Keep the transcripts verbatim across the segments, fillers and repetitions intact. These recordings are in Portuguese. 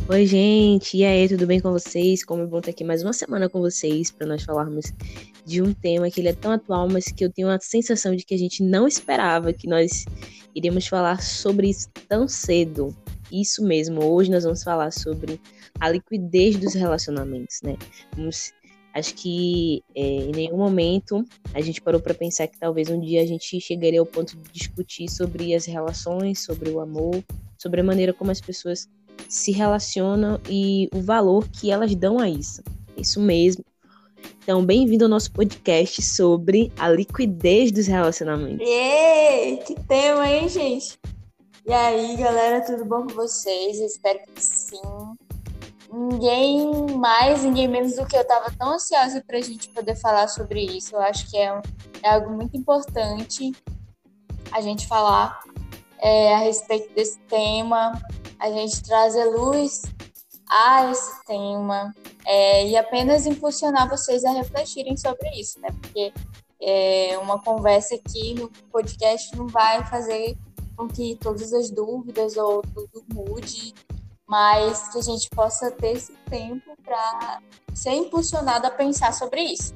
Oi, gente, e aí, tudo bem com vocês? Como é bom estar aqui mais uma semana com vocês para nós falarmos de um tema que ele é tão atual, mas que eu tenho a sensação de que a gente não esperava que nós iríamos falar sobre isso tão cedo. Isso mesmo, hoje nós vamos falar sobre a liquidez dos relacionamentos, né? Vamos, acho que é, em nenhum momento a gente parou para pensar que talvez um dia a gente chegaria ao ponto de discutir sobre as relações, sobre o amor, sobre a maneira como as pessoas se relacionam e o valor que elas dão a isso. Isso mesmo. Então, bem-vindo ao nosso podcast sobre a liquidez dos relacionamentos. Ei, que tema, hein, gente? E aí, galera, tudo bom com vocês? Eu espero que sim. Ninguém mais, ninguém menos do que eu estava tão ansiosa para a gente poder falar sobre isso. Eu acho que é, um, é algo muito importante a gente falar é, a respeito desse tema, a gente trazer luz a esse tema é, e apenas impulsionar vocês a refletirem sobre isso, né? Porque é, uma conversa aqui no podcast não vai fazer com que todas as dúvidas ou tudo mude, mas que a gente possa ter esse tempo para ser impulsionado a pensar sobre isso.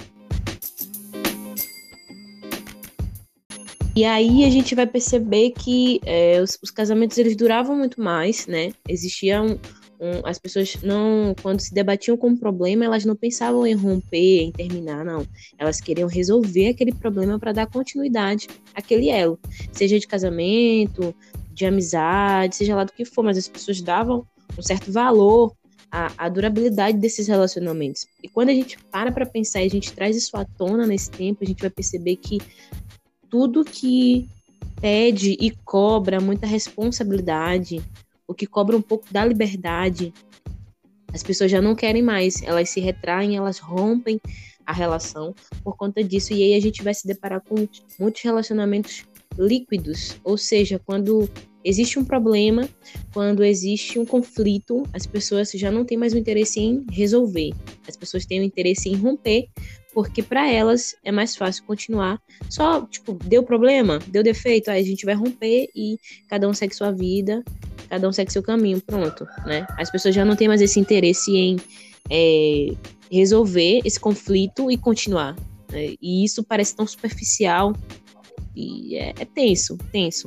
E aí a gente vai perceber que é, os, os casamentos eles duravam muito mais, né? Existia um, um, as pessoas não, quando se debatiam com um problema, elas não pensavam em romper, em terminar, não. Elas queriam resolver aquele problema para dar continuidade àquele elo, seja de casamento, de amizade, seja lá do que for, mas as pessoas davam um certo valor à, à durabilidade desses relacionamentos. E quando a gente para para pensar e a gente traz isso à tona nesse tempo, a gente vai perceber que tudo que pede e cobra muita responsabilidade, o que cobra um pouco da liberdade, as pessoas já não querem mais, elas se retraem, elas rompem a relação por conta disso, e aí a gente vai se deparar com muitos relacionamentos líquidos, ou seja, quando existe um problema, quando existe um conflito, as pessoas já não têm mais o interesse em resolver, as pessoas têm o interesse em romper, porque para elas é mais fácil continuar. Só, tipo, deu problema, deu defeito, aí a gente vai romper e cada um segue sua vida, cada um segue seu caminho, pronto, né? As pessoas já não têm mais esse interesse em é, resolver esse conflito e continuar. Né? E isso parece tão superficial e é, é tenso, tenso.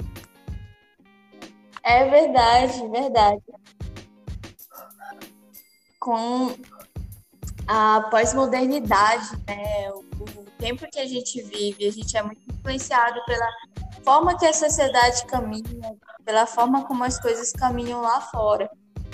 É verdade, verdade. Com a pós-modernidade, né? O, o tempo que a gente vive, a gente é muito influenciado pela forma que a sociedade caminha, pela forma como as coisas caminham lá fora.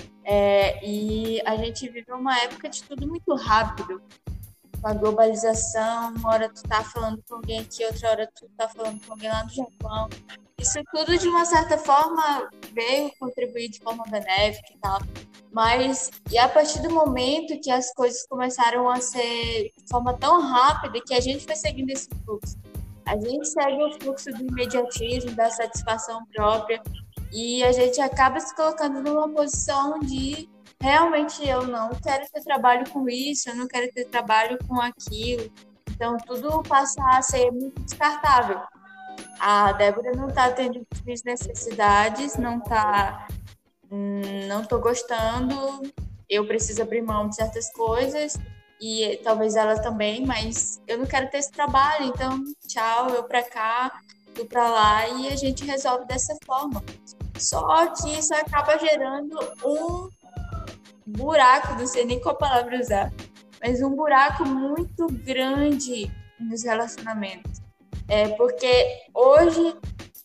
É, e a gente vive uma época de tudo muito rápido, com a globalização, uma hora tu tá falando com alguém aqui, outra hora tu tá falando com alguém lá no Japão. Isso tudo, de uma certa forma, veio contribuir de forma benéfica e tal. Mas, e a partir do momento que as coisas começaram a ser de forma tão rápida que a gente foi seguindo esse fluxo. A gente segue o fluxo do imediatismo, da satisfação própria, e a gente acaba se colocando numa posição de realmente eu não quero ter trabalho com isso, eu não quero ter trabalho com aquilo. Então, tudo passa a ser muito descartável. A Débora não está tendo as necessidades, não está não tô gostando, eu preciso abrir mão de certas coisas e talvez ela também, mas eu não quero ter esse trabalho, então tchau, eu pra cá, tu pra lá e a gente resolve dessa forma. Só que isso acaba gerando um buraco, não sei nem qual palavra usar, mas um buraco muito grande nos relacionamentos. É porque hoje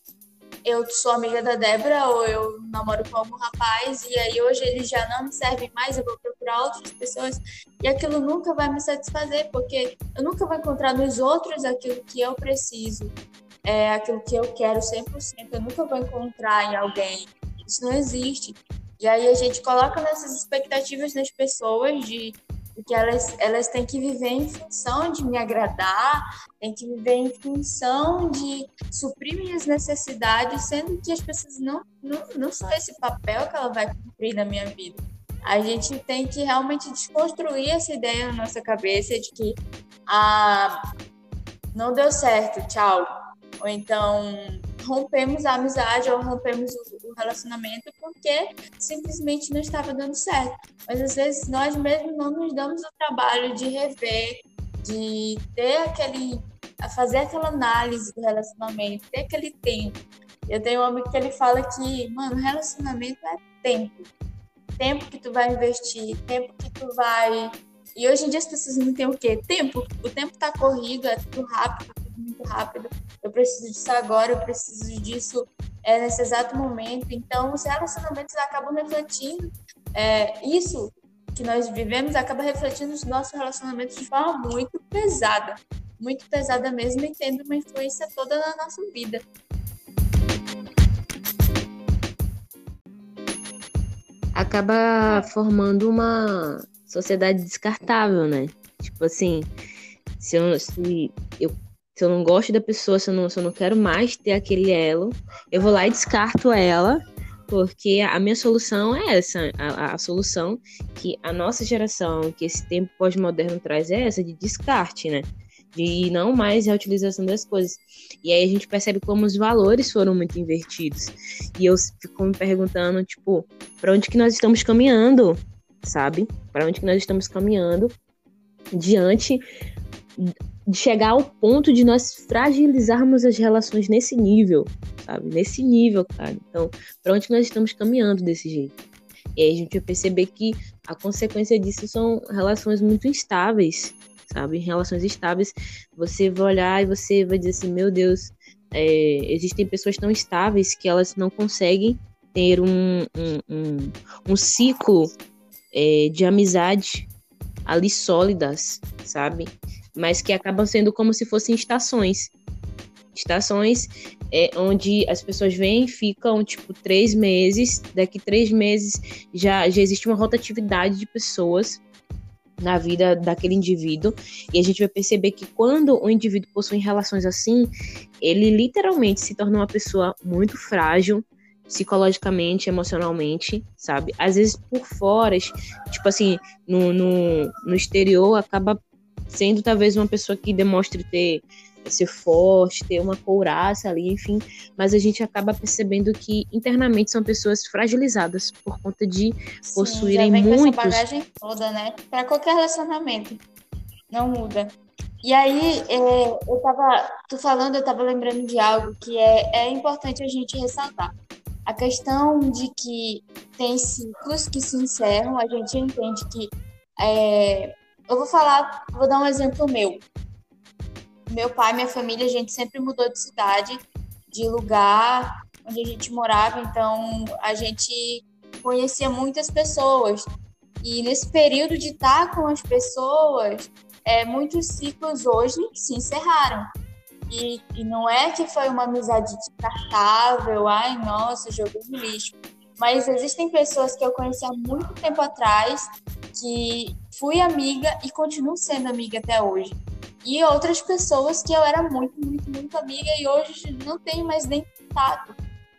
eu sou amiga da Débora ou eu namoro com algum rapaz e aí hoje ele já não me serve mais, eu vou procurar outras pessoas e aquilo nunca vai me satisfazer, porque eu nunca vou encontrar nos outros aquilo que eu preciso, é, aquilo que eu quero cem por cento, eu nunca vou encontrar em alguém, isso não existe. E aí a gente coloca nessas expectativas das pessoas de porque elas, elas têm que viver em função de me agradar, têm que viver em função de suprir minhas necessidades, sendo que as pessoas não, não, não são esse papel que ela vai cumprir na minha vida. A gente tem que realmente desconstruir essa ideia na nossa cabeça de que ah, não deu certo, tchau. ou então rompemos a amizade ou rompemos o, o relacionamento porque simplesmente não estava dando certo. Mas às vezes nós mesmos não nos damos o trabalho de rever, de ter aquele, fazer aquela análise do relacionamento, ter aquele tempo. Eu tenho um amigo que ele fala que, mano, relacionamento é tempo. Tempo que tu vai investir, tempo que tu vai... E hoje em dia as pessoas não têm o quê? Tempo. O tempo tá corrido, é tudo rápido, tudo muito rápido. Eu preciso disso agora, eu preciso disso é, nesse exato momento. Então, os relacionamentos acabam refletindo é, isso que nós vivemos, acaba refletindo os nossos relacionamentos de forma muito pesada. Muito pesada mesmo e tendo uma influência toda na nossa vida. Acaba formando uma sociedade descartável, né? Tipo assim, se eu, se eu, se eu não gosto da pessoa, se eu, não, se eu não quero mais ter aquele elo, eu vou lá e descarto ela, porque a minha solução é essa, a, a solução que a nossa geração, que esse tempo pós-moderno traz é essa, de descarte, né? De não mais reutilização das coisas. E aí a gente percebe como os valores foram muito invertidos. E eu fico me perguntando, tipo, para onde que nós estamos caminhando, sabe? Para onde que nós estamos caminhando diante de chegar ao ponto de nós fragilizarmos as relações nesse nível, sabe? Nesse nível, cara. Então, para onde que nós estamos caminhando desse jeito? E aí a gente vai perceber que a consequência disso são relações muito instáveis, sabe? Relações estáveis, você vai olhar e você vai dizer assim, meu Deus, é, existem pessoas tão estáveis que elas não conseguem ter um, um, um, um ciclo é, de amizade ali sólidas, sabe? Mas que acabam sendo como se fossem estações. Estações é, onde as pessoas vêm, ficam tipo três meses, daqui três meses já, já existe uma rotatividade de pessoas na vida daquele indivíduo, e a gente vai perceber que quando o indivíduo possui relações assim, ele literalmente se torna uma pessoa muito frágil, psicologicamente, emocionalmente, sabe? Às vezes por fora, tipo assim, no, no, no exterior, acaba sendo talvez uma pessoa que demonstre ter ser forte, ter uma couraça ali, enfim, mas a gente acaba percebendo que internamente são pessoas fragilizadas por conta de Sim, possuírem já vem com muitos... essa bagagem toda, né? Para qualquer relacionamento, não muda. E aí, é, eu tava, tu falando, eu tava lembrando de algo que é, é importante a gente ressaltar. A questão de que tem ciclos que se encerram, a gente entende que, é, eu vou falar, vou dar um exemplo meu. Meu pai, minha família, a gente sempre mudou de cidade, de lugar onde a gente morava, então a gente conhecia muitas pessoas. E nesse período de estar com as pessoas, é, muitos ciclos hoje se encerraram. E, e não é que foi uma amizade descartável, ai, nossa, joguei no lixo. Mas existem pessoas que eu conheci há muito tempo atrás, que fui amiga e continuo sendo amiga até hoje. E outras pessoas que eu era muito, muito, muito amiga e hoje não tenho mais nem contato.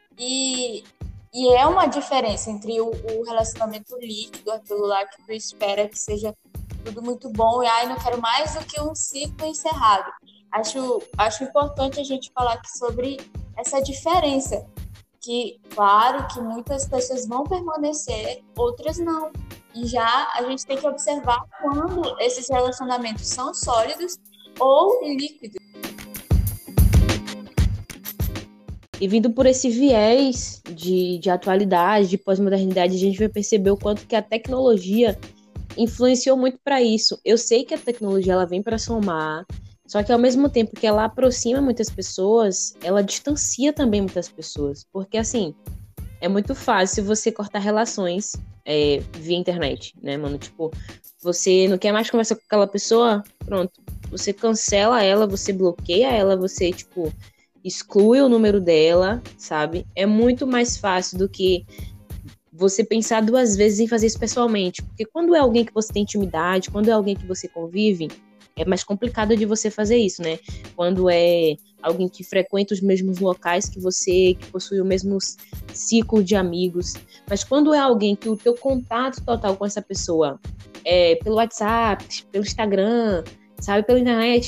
E, e é uma diferença entre o, o relacionamento líquido, aquilo lá que tu espera que seja tudo muito bom, e ai, não quero mais do que um ciclo encerrado. Acho, acho importante a gente falar aqui sobre essa diferença. Que, claro, que muitas pessoas vão permanecer, outras não. E já a gente tem que observar quando esses relacionamentos são sólidos ou líquidos. E vindo por esse viés de, de atualidade, de pós-modernidade, a gente vai perceber o quanto que a tecnologia influenciou muito para isso. Eu sei que a tecnologia ela vem para somar, só que ao mesmo tempo que ela aproxima muitas pessoas, ela distancia também muitas pessoas. Porque, assim, é muito fácil você cortar relações é, via internet, né, mano? Tipo, você não quer mais conversar com aquela pessoa? Pronto. Você cancela ela, você bloqueia ela, você, tipo, exclui o número dela, sabe? É muito mais fácil do que você pensar duas vezes em fazer isso pessoalmente. Porque quando é alguém que você tem intimidade, quando é alguém que você convive, é mais complicado de você fazer isso, né? Quando é alguém que frequenta os mesmos locais que você, que possui o mesmo ciclo de amigos. Mas quando é alguém que o teu contato total com essa pessoa é pelo WhatsApp, pelo Instagram, sabe, pela internet,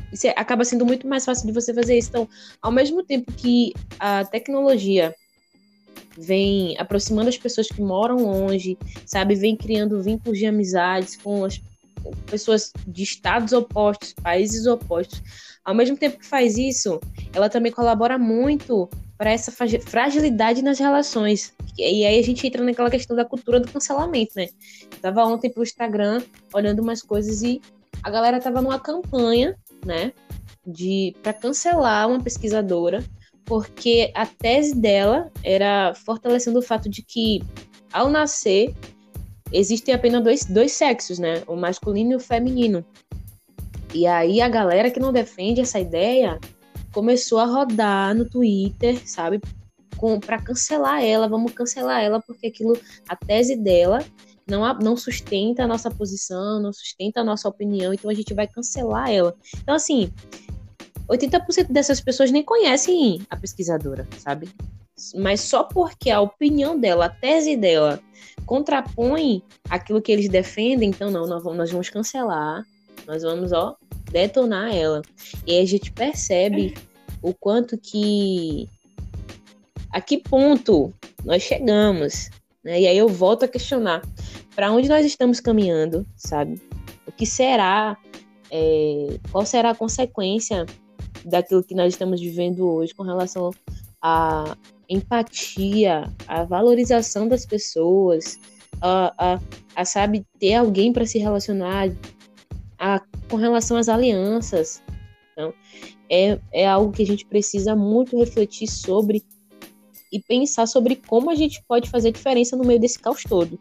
isso é- acaba sendo muito mais fácil de você fazer isso. Então, ao mesmo tempo que a tecnologia vem aproximando as pessoas que moram longe, sabe? Vem criando vínculos de amizades com as com pessoas de estados opostos, países opostos. Ao mesmo tempo que faz isso, ela também colabora muito para essa fa- fragilidade nas relações. E aí a gente entra naquela questão da cultura do cancelamento, né? Eu tava ontem pro Instagram olhando umas coisas e a galera tava numa campanha, né, de para cancelar uma pesquisadora, porque a tese dela era fortalecendo o fato de que ao nascer existem apenas dois, dois sexos, né, o masculino e o feminino. E aí a galera que não defende essa ideia começou a rodar no Twitter, sabe, com, para cancelar ela, vamos cancelar ela porque aquilo, a tese dela não, a- não sustenta a nossa posição, não sustenta a nossa opinião, então a gente vai cancelar ela. Então, assim, oitenta por cento dessas pessoas nem conhecem a pesquisadora, sabe? Mas só porque a opinião dela, a tese dela, contrapõe aquilo que eles defendem, então não, nós vamos, nós vamos cancelar, nós vamos, ó, detonar ela. E aí a gente percebe o quanto que... A que ponto nós chegamos, né? E aí eu volto a questionar para onde nós estamos caminhando, sabe? O que será, é, qual será a consequência daquilo que nós estamos vivendo hoje com relação à empatia, à valorização das pessoas, a, a, a sabe, ter alguém para se relacionar, a, com relação às alianças. Então, é, é algo que a gente precisa muito refletir sobre e pensar sobre como a gente pode fazer diferença no meio desse caos todo.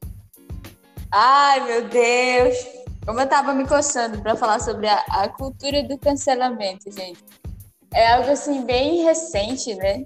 Ai, meu Deus! Como eu tava me coçando para falar sobre a, a cultura do cancelamento, gente. É algo assim bem recente, né?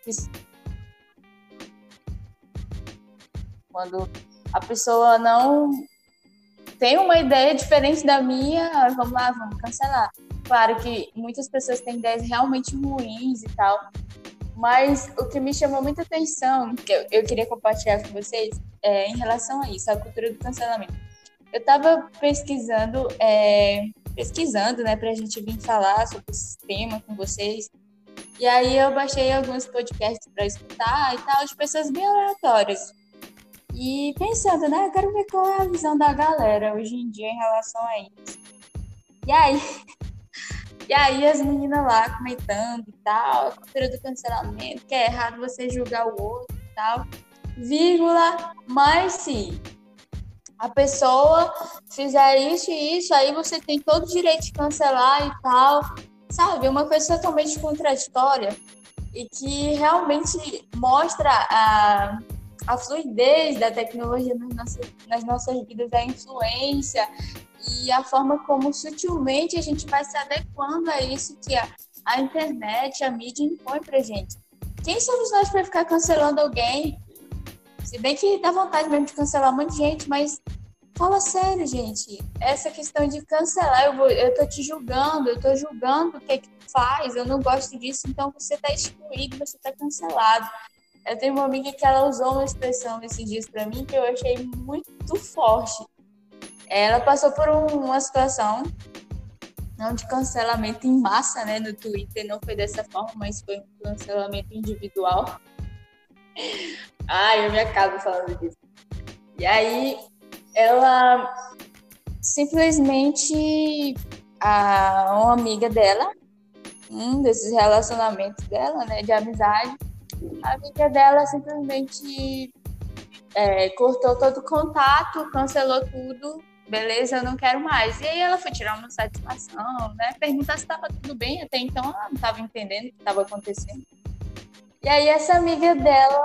Quando a pessoa não tem uma ideia diferente da minha, vamos lá, vamos cancelar. Claro que muitas pessoas têm ideias realmente ruins e tal, mas o que me chamou muita atenção, que eu, eu queria compartilhar com vocês, é em relação a isso, a cultura do cancelamento. Eu estava pesquisando, é, pesquisando, né, para a gente vir falar sobre esse tema com vocês. E aí eu baixei alguns podcasts para escutar e tal, de pessoas bem aleatórias. E pensando, né, eu quero ver qual é a visão da galera hoje em dia em relação a isso. E aí, e aí as meninas lá comentando e tal, a cultura do cancelamento, que é errado você julgar o outro e tal, vírgula, mas se a pessoa fizer isso e isso, aí você tem todo o direito de cancelar e tal, sabe? Uma coisa totalmente contraditória e que realmente mostra a, a fluidez da tecnologia nas nossas, nas nossas vidas, a influência e a forma como sutilmente a gente vai se adequando a isso que a, a internet, a mídia impõe pra gente. Quem somos nós para ficar cancelando alguém? Se bem que dá vontade mesmo de cancelar um monte de gente, mas fala sério, gente. Essa questão de cancelar, eu, vou, eu tô te julgando, eu tô julgando o que é que tu faz, eu não gosto disso, então você tá excluído, você tá cancelado. Eu tenho uma amiga que ela usou uma expressão esses dias pra mim que eu achei muito forte. Ela passou por um, uma situação, não de cancelamento em massa, né, no Twitter, não foi dessa forma, mas foi um cancelamento individual. Ai, eu me acabo falando disso. E aí, ela simplesmente, a, uma amiga dela, um desses relacionamentos dela, né, de amizade, a amiga dela simplesmente é, cortou todo o contato, cancelou tudo, beleza, eu não quero mais. E aí ela foi tirar uma satisfação, né, perguntar se estava tudo bem, até então ela não estava entendendo o que estava acontecendo. E aí essa amiga dela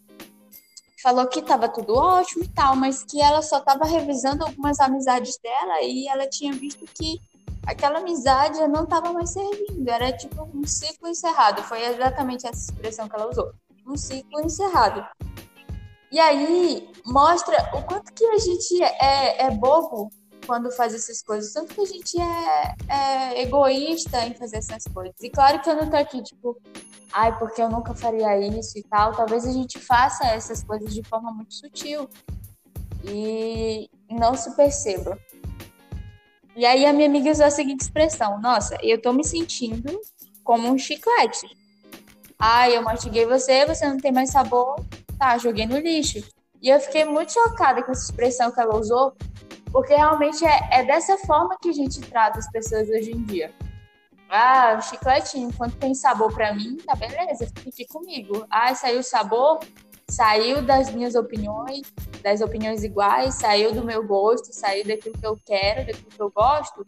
falou que estava tudo ótimo e tal, mas que ela só estava revisando algumas amizades dela e ela tinha visto que aquela amizade não estava mais servindo, era tipo um ciclo encerrado, foi exatamente essa expressão que ela usou, um ciclo encerrado. E aí mostra o quanto que a gente é, é bobo quando faz essas coisas, tanto que a gente é, é egoísta em fazer essas coisas. E claro que eu não tô aqui, tipo, ai, porque eu nunca faria isso e tal. Talvez a gente faça essas coisas de forma muito sutil e não se perceba. E aí a minha amiga usou a seguinte expressão: nossa, eu tô me sentindo como um chiclete. Ah, eu mastiguei você, você não tem mais sabor, tá, joguei no lixo. E eu fiquei muito chocada com essa expressão que ela usou, porque realmente é, é dessa forma que a gente trata as pessoas hoje em dia. Ah, o chicletinho, quando tem sabor pra mim, tá beleza, fica aqui comigo. Ah, saiu o sabor, saiu das minhas opiniões, das opiniões iguais, saiu do meu gosto, saiu daquilo que eu quero, daquilo que eu gosto.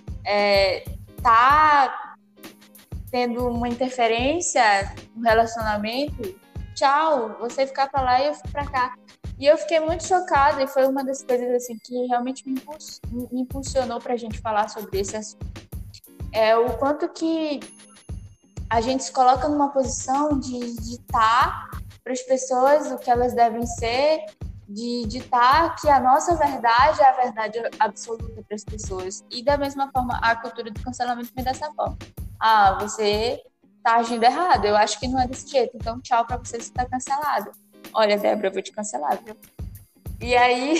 É, tá tendo uma interferência no relacionamento, tchau, você ficar pra lá e eu fico pra cá. E eu fiquei muito chocada e foi uma das coisas assim que realmente me, impuls- me impulsionou pra gente falar sobre esse assunto. É o quanto que a gente se coloca numa posição de ditar para as pessoas o que elas devem ser, de ditar que a nossa verdade é a verdade absoluta para as pessoas. E da mesma forma, a cultura do cancelamento vem dessa forma. Ah, você tá agindo errado, eu acho que não é desse jeito, então tchau para você, você tá cancelado. Olha, Débora, eu vou te cancelar, viu? E aí,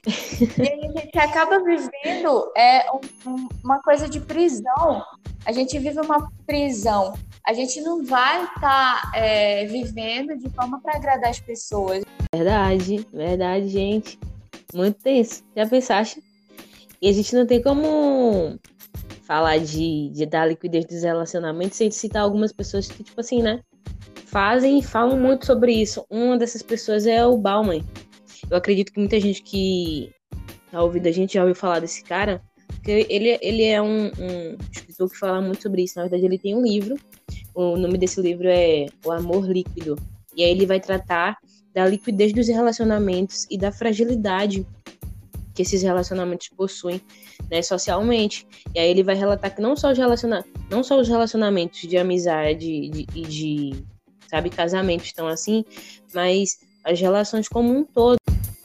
e aí a gente acaba vivendo é, um- um- uma coisa de prisão. A gente vive uma prisão. A gente não vai estar é, vivendo de forma para agradar as pessoas. Verdade, verdade, gente. Muito tenso. Já pensaste? E a gente não tem como falar de, de dar liquidez dos relacionamentos sem citar algumas pessoas que, tipo assim, né? Fazem e falam muito sobre isso. Uma dessas pessoas é o Bauman. Eu acredito que muita gente que tá ouvindo a gente já ouviu falar desse cara, porque ele, ele é um, um escritor que fala muito sobre isso. Na verdade, ele tem um livro, o nome desse livro é O Amor Líquido, e aí ele vai tratar da liquidez dos relacionamentos e da fragilidade que esses relacionamentos possuem, né, socialmente. E aí ele vai relatar que não só os, relaciona- não só os relacionamentos de amizade e de, de, de, sabe, casamentos estão assim, mas as relações como um todo.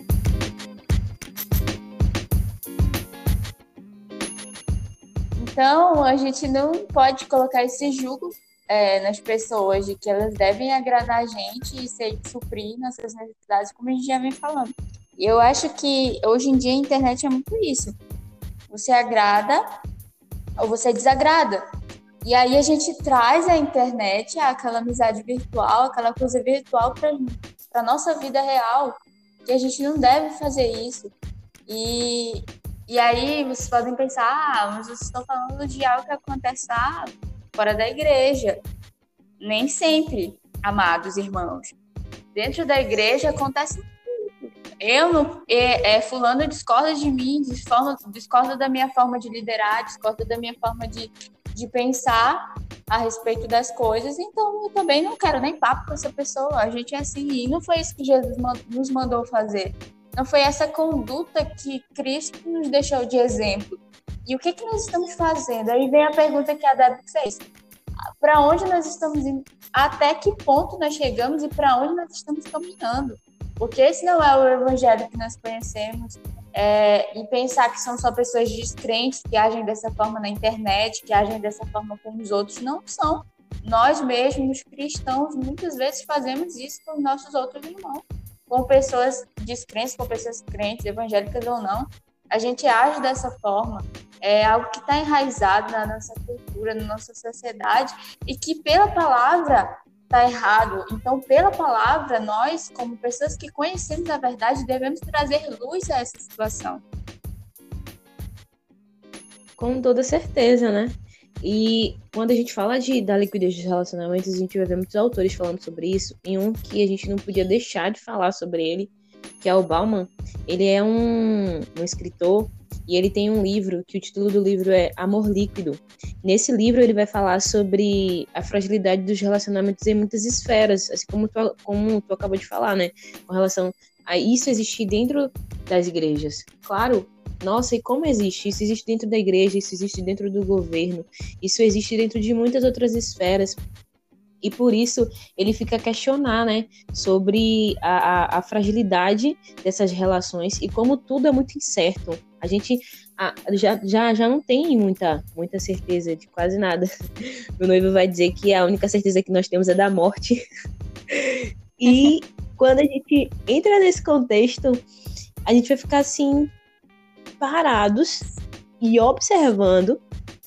Então, a gente não pode colocar esse julgo é, nas pessoas de que elas devem agradar a gente e ser, suprir nossas necessidades, como a gente já vem falando. E eu acho que hoje em dia a internet é muito isso. Você agrada ou você desagrada. E aí a gente traz a internet, aquela amizade virtual, aquela coisa virtual para a nossa vida real, que a gente não deve fazer isso. E, e aí vocês podem pensar, ah, mas vocês estão falando de algo que acontece lá fora da igreja. Nem sempre, amados irmãos. Dentro da igreja acontece eu não, é, é, fulano discorda de mim, discorda, discorda da minha forma de liderar, discorda da minha forma de, de pensar a respeito das coisas, então eu também não quero nem papo com essa pessoa, a gente é assim, e não foi isso que Jesus nos mandou fazer, não foi essa conduta que Cristo nos deixou de exemplo. E o que, que nós estamos fazendo? Aí vem a pergunta que a Débora fez, para onde nós estamos indo, até que ponto nós chegamos e para onde nós estamos caminhando? Porque esse não é o evangelho que nós conhecemos. É, e pensar que são só pessoas descrentes que agem dessa forma na internet, que agem dessa forma com os outros, não são. Nós mesmos, cristãos, muitas vezes fazemos isso com os nossos outros irmãos. Com pessoas descrentes, com pessoas crentes, evangélicas ou não. A gente age dessa forma. É algo que está enraizado na nossa cultura, na nossa sociedade, e que pela palavra está errado. Então, pela palavra, nós, como pessoas que conhecemos a verdade, devemos trazer luz a essa situação. Com toda certeza, né? E quando a gente fala de, da liquidez dos relacionamentos, a gente vai ver muitos autores falando sobre isso. E um que a gente não podia deixar de falar sobre ele, que é o Bauman. Ele é um, um escritor e ele tem um livro, que o título do livro é Amor Líquido. Nesse livro ele vai falar sobre a fragilidade dos relacionamentos em muitas esferas, assim como tu, como tu acabou de falar, né? Com relação a isso existir dentro das igrejas. Claro, nossa, e como existe? Isso existe dentro da igreja, isso existe dentro do governo, isso existe dentro de muitas outras esferas. E por isso ele fica a questionar, né, sobre a, a, a fragilidade dessas relações e como tudo é muito incerto. A gente a, já, já, já não tem muita, muita certeza de quase nada. Meu noivo vai dizer que a única certeza que nós temos é da morte. E quando a gente entra nesse contexto, a gente vai ficar assim, parados, e observando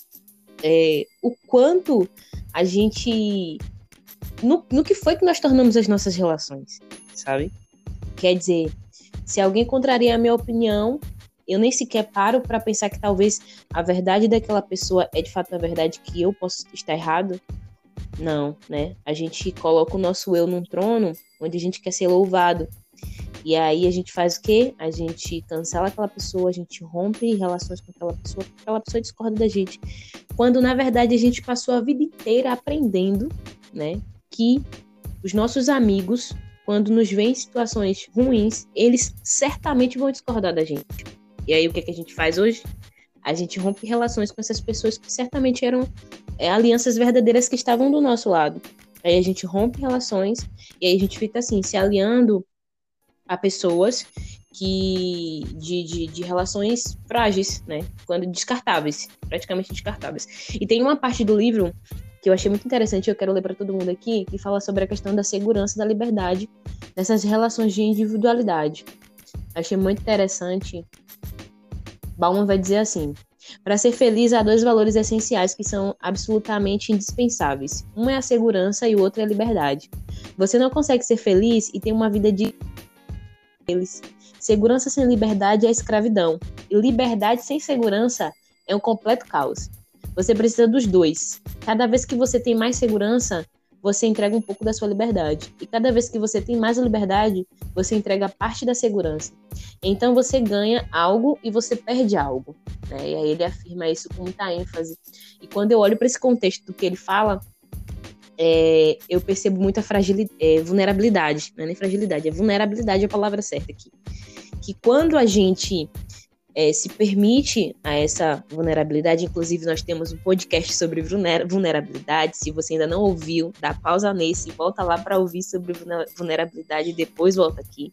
é, o quanto a gente... No, no que foi que nós tornamos as nossas relações, sabe? Quer dizer, se alguém contraria a minha opinião, eu nem sequer paro para pensar que talvez a verdade daquela pessoa é de fato a verdade que eu posso estar errado. Não, né? A gente coloca o nosso eu num trono onde a gente quer ser louvado. E aí a gente faz o quê? A gente cancela aquela pessoa, a gente rompe relações com aquela pessoa, porque aquela pessoa discorda da gente. Quando, na verdade, a gente passou a vida inteira aprendendo, né, que os nossos amigos, quando nos veem em situações ruins, eles certamente vão discordar da gente. E aí o que, é que a gente faz hoje? A gente rompe relações com essas pessoas que certamente eram é, alianças verdadeiras que estavam do nosso lado. Aí a gente rompe relações e aí a gente fica assim, se aliando a pessoas que de, de, de relações frágeis, né? Quando descartáveis, praticamente descartáveis. E tem uma parte do livro que eu achei muito interessante, eu quero ler para todo mundo aqui, que fala sobre a questão da segurança e da liberdade nessas relações de individualidade. Achei muito interessante. Bauman vai dizer assim: para ser feliz, há dois valores essenciais que são absolutamente indispensáveis. Um é a segurança e o outro é a liberdade. Você não consegue ser feliz e ter uma vida de eles. Segurança sem liberdade é escravidão. E liberdade sem segurança é um completo caos. Você precisa dos dois. Cada vez que você tem mais segurança, você entrega um pouco da sua liberdade. E cada vez que você tem mais liberdade, você entrega parte da segurança. Então você ganha algo e você perde algo, né? E aí ele afirma isso com muita ênfase. E quando eu olho para esse contexto do que ele fala, é, eu percebo muita fragilidade, é, vulnerabilidade. Não é nem fragilidade, é vulnerabilidade a palavra certa aqui. Que quando a gente é, se permite a essa vulnerabilidade, inclusive nós temos um podcast sobre vulnerabilidade, se você ainda não ouviu, dá pausa nesse, volta lá para ouvir sobre vulnerabilidade e depois volta aqui.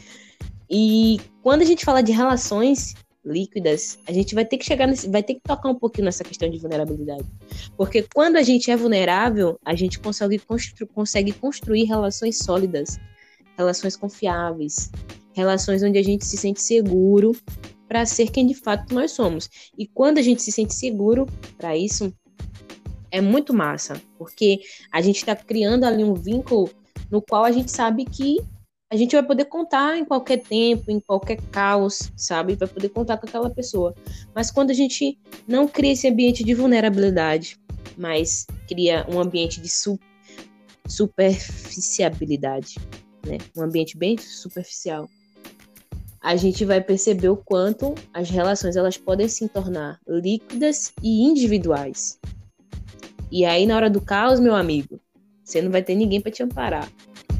E quando a gente fala de relações líquidas, a gente vai ter que chegar nesse, vai ter que tocar um pouquinho nessa questão de vulnerabilidade. Porque quando a gente é vulnerável, a gente consegue, constru, consegue construir relações sólidas, relações confiáveis, relações onde a gente se sente seguro para ser quem de fato nós somos. E quando a gente se sente seguro para isso, é muito massa, porque a gente está criando ali um vínculo no qual a gente sabe que a gente vai poder contar em qualquer tempo, em qualquer caos, sabe? Vai poder contar com aquela pessoa. Mas quando a gente não cria esse ambiente de vulnerabilidade, mas cria um ambiente de su- superficialidade, né? Um ambiente bem superficial, a gente vai perceber o quanto as relações elas podem se tornar líquidas e individuais. E aí, na hora do caos, meu amigo, você não vai ter ninguém para te amparar.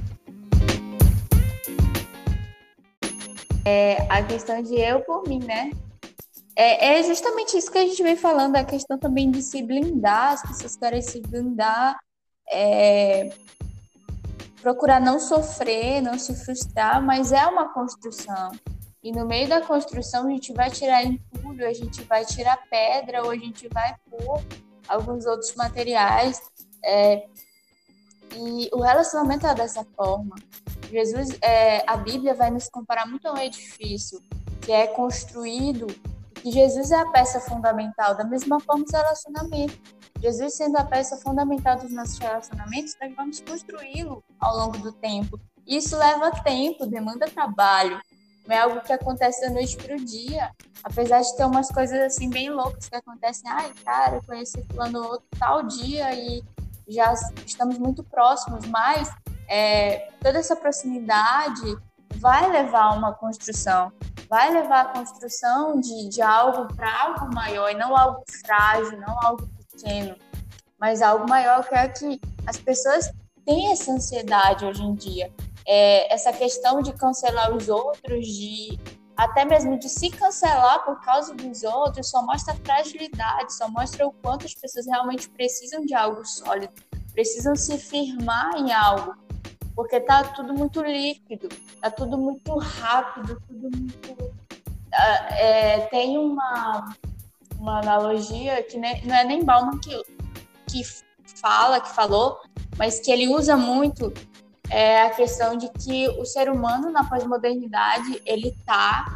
É a questão de eu por mim, né? É, é justamente isso que a gente vem falando, a questão também de se blindar, as pessoas querem se blindar, é, procurar não sofrer, não se frustrar, mas é uma construção. E no meio da construção a gente vai tirar entulho, a gente vai tirar pedra, ou a gente vai pôr alguns outros materiais. É, e o relacionamento é dessa forma. Jesus, é, a Bíblia vai nos comparar muito a um edifício que é construído, e Jesus é a peça fundamental, da mesma forma os relacionamentos. Jesus sendo a peça fundamental dos nossos relacionamentos, nós vamos construí-lo ao longo do tempo. Isso leva tempo, demanda trabalho. Não é algo que acontece da noite para o dia. Apesar de ter umas coisas assim bem loucas que acontecem. Ai, cara, eu conheci fulano outro tal dia e já estamos muito próximos, mas é, toda essa proximidade vai levar a uma construção. Vai levar a construção de, de algo para algo maior, e não algo frágil, não algo pequeno, mas algo maior. Eu quero que as pessoas tenham essa ansiedade hoje em dia. É, essa questão de cancelar os outros, de até mesmo de se cancelar por causa dos outros, só mostra fragilidade, só mostra o quanto as pessoas realmente precisam de algo sólido, precisam se firmar em algo, porque tá tudo muito líquido, tá tudo muito rápido, tudo muito... É, tem uma, uma analogia que nem, não é nem Bauman que, que fala, que falou, mas que ele usa muito, é a questão de que o ser humano na pós-modernidade, ele está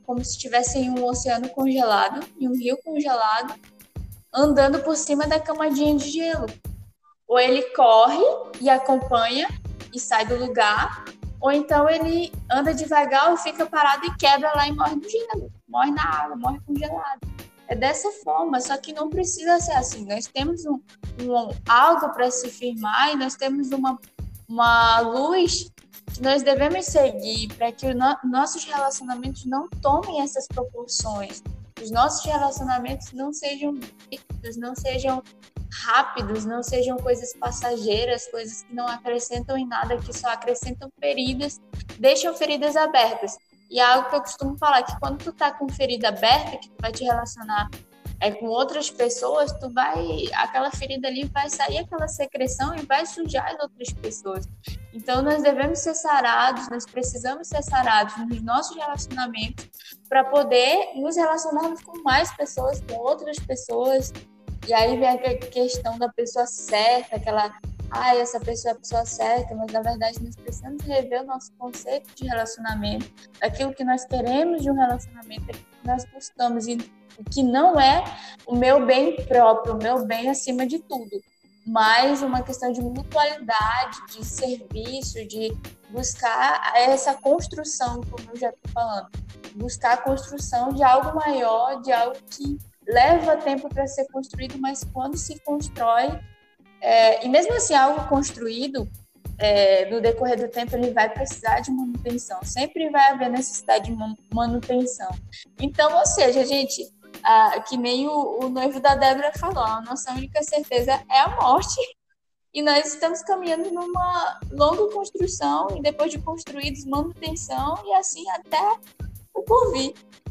como se estivesse em um oceano congelado, em um rio congelado, andando por cima da camadinha de gelo. Ou ele corre e acompanha e sai do lugar, ou então ele anda devagar ou fica parado e quebra lá e morre no gelo, morre na água, morre congelado. É dessa forma, só que não precisa ser assim. Nós temos um, um, algo para se firmar e nós temos uma, uma luz que nós devemos seguir para que no, nossos relacionamentos não tomem essas proporções. Os nossos relacionamentos não sejam líquidos, não sejam rápidos, não sejam coisas passageiras, coisas que não acrescentam em nada, que só acrescentam feridas, deixam feridas abertas. E é algo que eu costumo falar, que quando tu tá com ferida aberta, que tu vai te relacionar é, com outras pessoas, tu vai, aquela ferida ali vai sair aquela secreção e vai sujar as outras pessoas. Então nós devemos ser sarados, nós precisamos ser sarados nos nossos relacionamentos para poder nos relacionarmos com mais pessoas, com outras pessoas. E aí vem a questão da pessoa certa, aquela, ah, essa pessoa é a pessoa certa, mas na verdade nós precisamos rever o nosso conceito de relacionamento, daquilo que nós queremos de um relacionamento, daquilo que nós buscamos, e que não é o meu bem próprio, o meu bem acima de tudo, mas uma questão de mutualidade, de serviço, de buscar essa construção, como eu já estou falando, buscar a construção de algo maior, de algo que leva tempo para ser construído, mas quando se constrói, é, e mesmo assim algo construído, é, no decorrer do tempo ele vai precisar de manutenção, sempre vai haver necessidade de manutenção. Então, ou seja, gente, ah, que nem o, o noivo da Débora falou, a nossa única certeza é a morte, e nós estamos caminhando numa longa construção, e depois de construídos, manutenção, e assim até o porvir.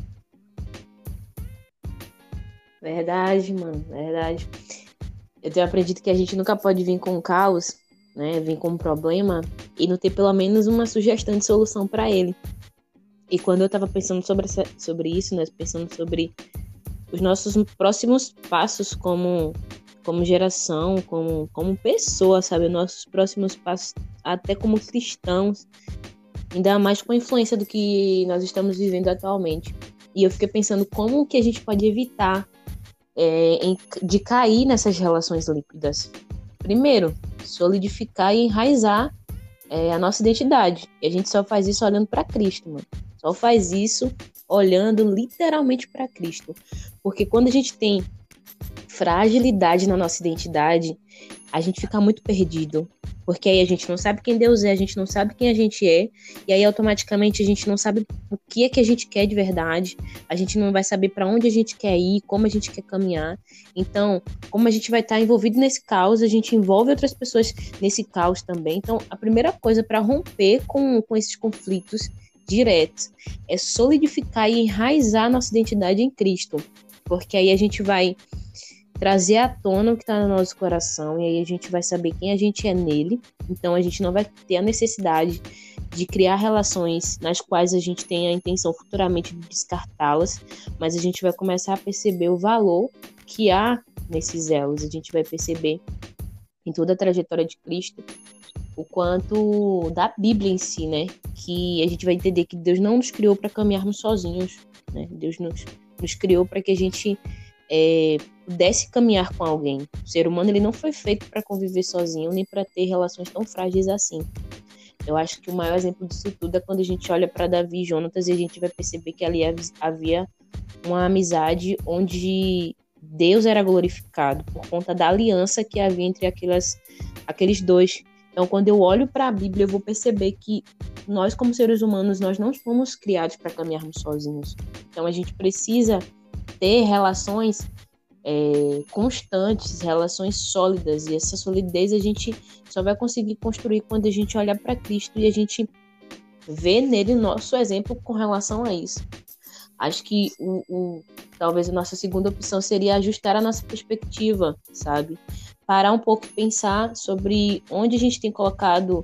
Verdade, mano, verdade. Eu tenho aprendido que a gente nunca pode vir com caos, né? Vir com um problema e não ter pelo menos uma sugestão de solução para ele. E quando eu tava pensando sobre, essa, sobre isso, né? Pensando sobre os nossos próximos passos como, como geração, como, como pessoa, sabe? Nossos próximos passos até como cristãos, ainda mais com a influência do que nós estamos vivendo atualmente. E eu fiquei pensando como que a gente pode evitar É, em, de cair nessas relações líquidas. Primeiro, solidificar e enraizar é, a nossa identidade. E a gente só faz isso olhando para Cristo, mano. Só faz isso olhando literalmente para Cristo. Porque quando a gente tem fragilidade na nossa identidade, a gente fica muito perdido. Porque aí a gente não sabe quem Deus é, a gente não sabe quem a gente é, e aí automaticamente a gente não sabe o que é que a gente quer de verdade, a gente não vai saber para onde a gente quer ir, como a gente quer caminhar. Então, como a gente vai estar envolvido nesse caos, a gente envolve outras pessoas nesse caos também. Então, a primeira coisa para romper com, com esses conflitos diretos é solidificar e enraizar nossa identidade em Cristo, porque aí a gente vai trazer à tona o que está no nosso coração, e aí a gente vai saber quem a gente é nele. Então a gente não vai ter a necessidade de criar relações nas quais a gente tem a intenção futuramente de descartá-las, mas a gente vai começar a perceber o valor que há nesses elos. A gente vai perceber em toda a trajetória de Cristo o quanto da Bíblia em si, né? Que a gente vai entender que Deus não nos criou para caminharmos sozinhos, né? Deus nos, nos criou para que a gente É, pudesse caminhar com alguém. O ser humano ele não foi feito para conviver sozinho, nem para ter relações tão frágeis assim. Eu acho que o maior exemplo disso tudo é quando a gente olha para Davi e Jonatas, e a gente vai perceber que ali havia uma amizade onde Deus era glorificado por conta da aliança que havia entre aquelas, aqueles dois. Então, quando eu olho para a Bíblia, eu vou perceber que nós, como seres humanos, nós não fomos criados para caminharmos sozinhos. Então, a gente precisa ter relações é, constantes, relações sólidas, e essa solidez a gente só vai conseguir construir quando a gente olhar para Cristo e a gente vê nele nosso exemplo com relação a isso. Acho que o, o, talvez a nossa segunda opção seria ajustar a nossa perspectiva, sabe? Parar um pouco e pensar sobre onde a gente tem colocado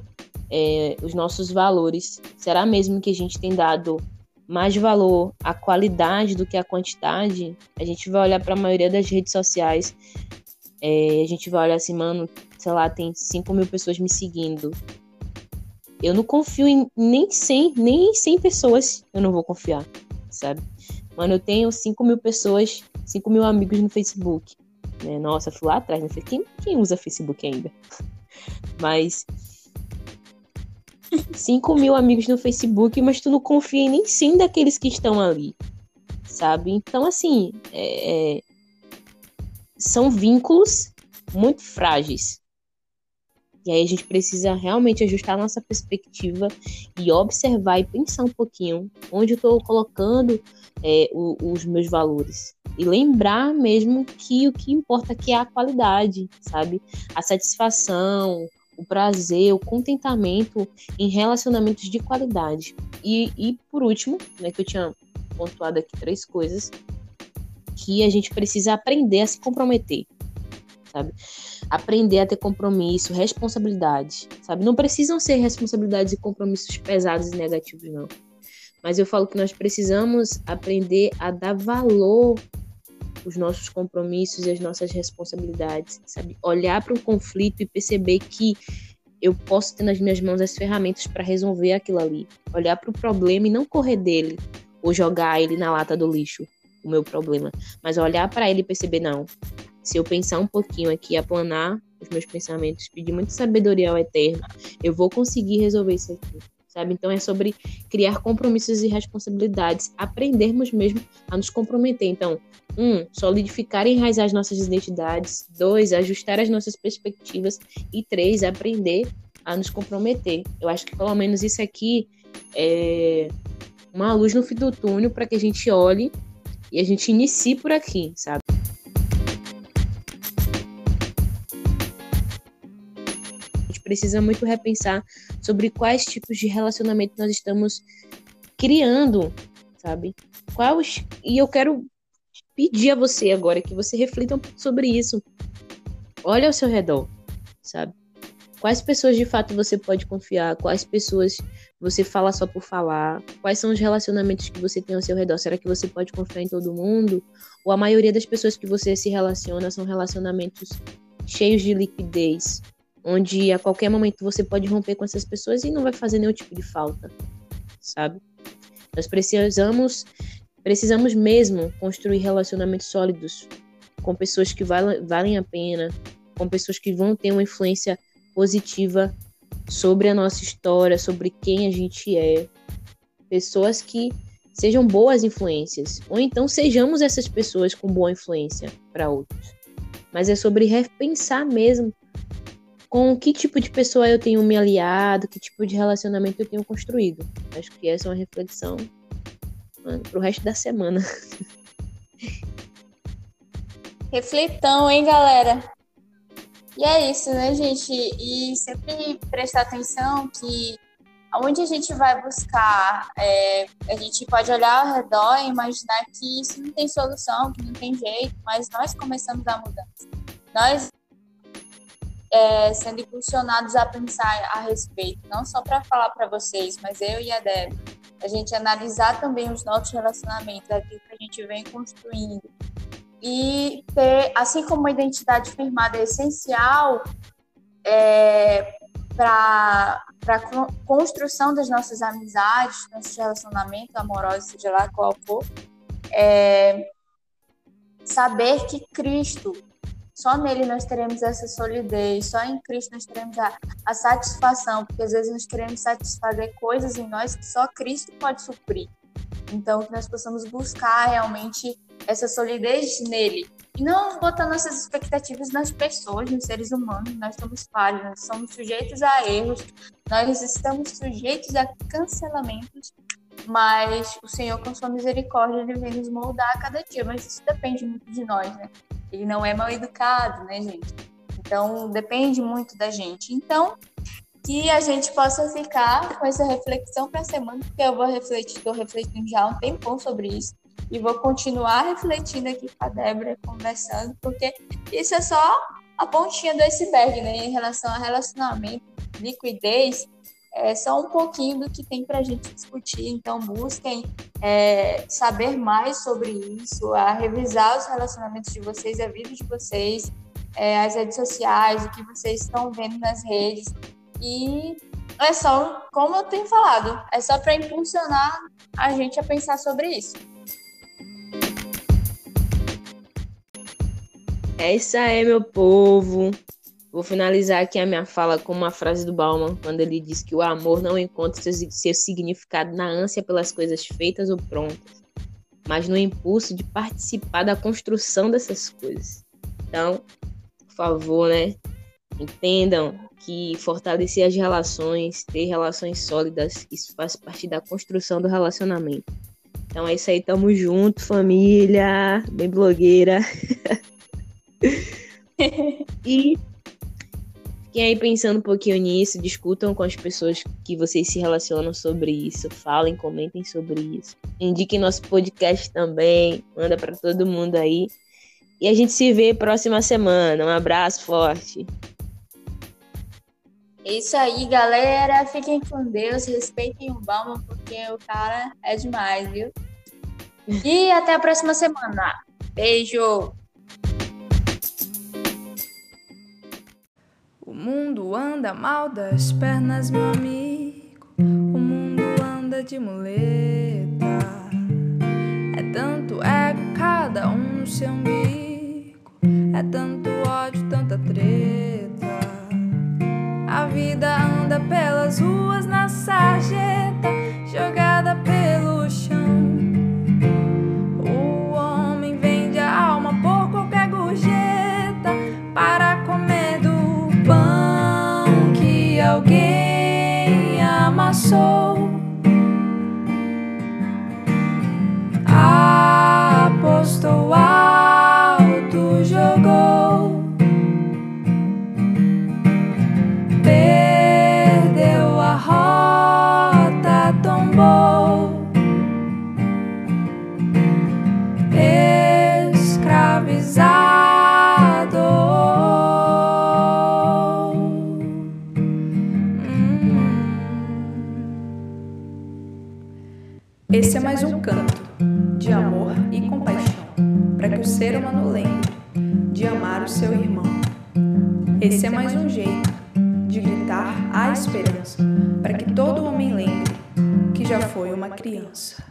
é, os nossos valores. Será mesmo que a gente tem dado mais valor à qualidade do que à quantidade? A gente vai olhar para a maioria das redes sociais, é, a gente vai olhar assim, mano, sei lá, tem cinco mil pessoas me seguindo. Eu não confio em nem cem, nem em cem pessoas, eu não vou confiar. sabe? Mano, eu tenho cinco mil pessoas, cinco mil amigos no Facebook. Né? Nossa, fui lá atrás, né? Quem, quem usa Facebook ainda? Mas cinco mil amigos no Facebook, mas tu não confia em nem cem daqueles que estão ali, sabe? Então, assim, é, é, são vínculos muito frágeis. E aí a gente precisa realmente ajustar a nossa perspectiva e observar e pensar um pouquinho onde eu estou colocando é, o, os meus valores. E lembrar mesmo que o que importa aqui é a qualidade, sabe? A satisfação, o prazer, o contentamento em relacionamentos de qualidade. E, e por último, né, que eu tinha pontuado aqui três coisas, que a gente precisa aprender a se comprometer, sabe? Aprender a ter compromisso, responsabilidade, sabe? Não precisam ser responsabilidades e compromissos pesados e negativos, não. Mas eu falo que nós precisamos aprender a dar valor aos nossos compromissos e às nossas responsabilidades, sabe? Olhar para um conflito e perceber que eu posso ter nas minhas mãos as ferramentas para resolver aquilo ali. Olhar para o problema e não correr dele ou jogar ele na lata do lixo, o meu problema. Mas olhar para ele e perceber, não, se eu pensar um pouquinho aqui, aplanar os meus pensamentos, pedir muita sabedoria ao Eterno, eu vou conseguir resolver isso aqui, sabe? Então é sobre criar compromissos e responsabilidades, aprendermos mesmo a nos comprometer. Então, um, solidificar e enraizar as nossas identidades. Dois, ajustar as nossas perspectivas. E três, aprender a nos comprometer. Eu acho que pelo menos isso aqui é uma luz no fim do túnel para que a gente olhe e a gente inicie por aqui, sabe? Precisa muito repensar sobre quais tipos de relacionamento nós estamos criando, sabe? Quais... E eu quero pedir a você agora que você reflita um pouco sobre isso. Olha ao seu redor, sabe? Quais pessoas de fato você pode confiar? Quais pessoas você fala só por falar? Quais são os relacionamentos que você tem ao seu redor? Será que você pode confiar em todo mundo? Ou a maioria das pessoas que você se relaciona são relacionamentos cheios de liquidez, onde a qualquer momento você pode romper com essas pessoas e não vai fazer nenhum tipo de falta, sabe? Nós precisamos, precisamos mesmo construir relacionamentos sólidos com pessoas que valem, valem a pena, com pessoas que vão ter uma influência positiva sobre a nossa história, sobre quem a gente é. Pessoas que sejam boas influências, ou então sejamos essas pessoas com boa influência para outros. Mas é sobre repensar mesmo com que tipo de pessoa eu tenho me aliado, que tipo de relacionamento eu tenho construído. Acho que essa é uma reflexão, mano, pro resto da semana. Refletão, hein, galera? E é isso, né, gente? E sempre prestar atenção que aonde a gente vai buscar, é, a gente pode olhar ao redor e imaginar que isso não tem solução, que não tem jeito, mas nós começamos a mudança. Nós É, sendo impulsionados a pensar a respeito, não só para falar para vocês, mas eu e a Débora, a gente analisar também os nossos relacionamentos, aquilo que a gente vem construindo, e ter, assim como a identidade firmada é essencial é, para a construção das nossas amizades, nossos relacionamentos amorosos, seja lá qual for, é, saber que Cristo, só nele nós teremos essa solidez, só em Cristo nós teremos a, a satisfação, porque às vezes nós queremos satisfazer coisas em nós que só Cristo pode suprir. Então, que nós possamos buscar realmente essa solidez nele. E não botar nossas expectativas nas pessoas, nos seres humanos. Nós somos falhos, nós somos sujeitos a erros, nós estamos sujeitos a cancelamentos, mas o Senhor, com sua misericórdia, ele vem nos moldar a cada dia. Mas isso depende muito de nós, né? Ele não é mal educado, né, gente? Então, depende muito da gente. Então, que a gente possa ficar com essa reflexão para a semana, porque eu vou refletir, estou refletindo já há um tempão sobre isso, e vou continuar refletindo aqui com a Débora, conversando, porque isso é só a pontinha do iceberg, né, em relação a relacionamento, liquidez, é só um pouquinho do que tem para a gente discutir. Então, busquem é, saber mais sobre isso, a revisar os relacionamentos de vocês, a vida de vocês, é, as redes sociais, o que vocês estão vendo nas redes, e É só, como eu tenho falado, é só para impulsionar a gente a pensar sobre isso. Essa é, meu povo. Vou finalizar aqui a minha fala com uma frase do Bauman, quando ele diz que o amor não encontra seu, seu significado na ânsia pelas coisas feitas ou prontas, mas no impulso de participar da construção dessas coisas. Então, por favor, né? Entendam que fortalecer as relações, ter relações sólidas, isso faz parte da construção do relacionamento. Então é isso aí, tamo junto, família, bem blogueira. E fiquem aí pensando um pouquinho nisso, discutam com as pessoas que vocês se relacionam sobre isso, falem, comentem sobre isso. Indiquem nosso podcast também, manda para todo mundo aí. E a gente se vê próxima semana. Um abraço forte. É isso aí, galera. Fiquem com Deus, respeitem o Bauman, porque o cara é demais, viu? E até a próxima semana. Beijo! O mundo anda mal das pernas, meu amigo. O mundo anda de muleta. É tanto ego, cada um no seu umbigo. É tanto ódio, tanta treta. A vida anda pelas ruas na sarjeta, jogada pelo chão. O homem vende a alma por qualquer gorjeta para comer do pão que alguém amassou. Apostou alto, jogou. Perdeu a rota, tombou. Escravizado. Esse é mais um canto de amor e compaixão, para que o ser humano lembre de amar o seu irmão. Esse é mais um jeito de gritar a esperança, para que todo homem lembre que já foi uma criança.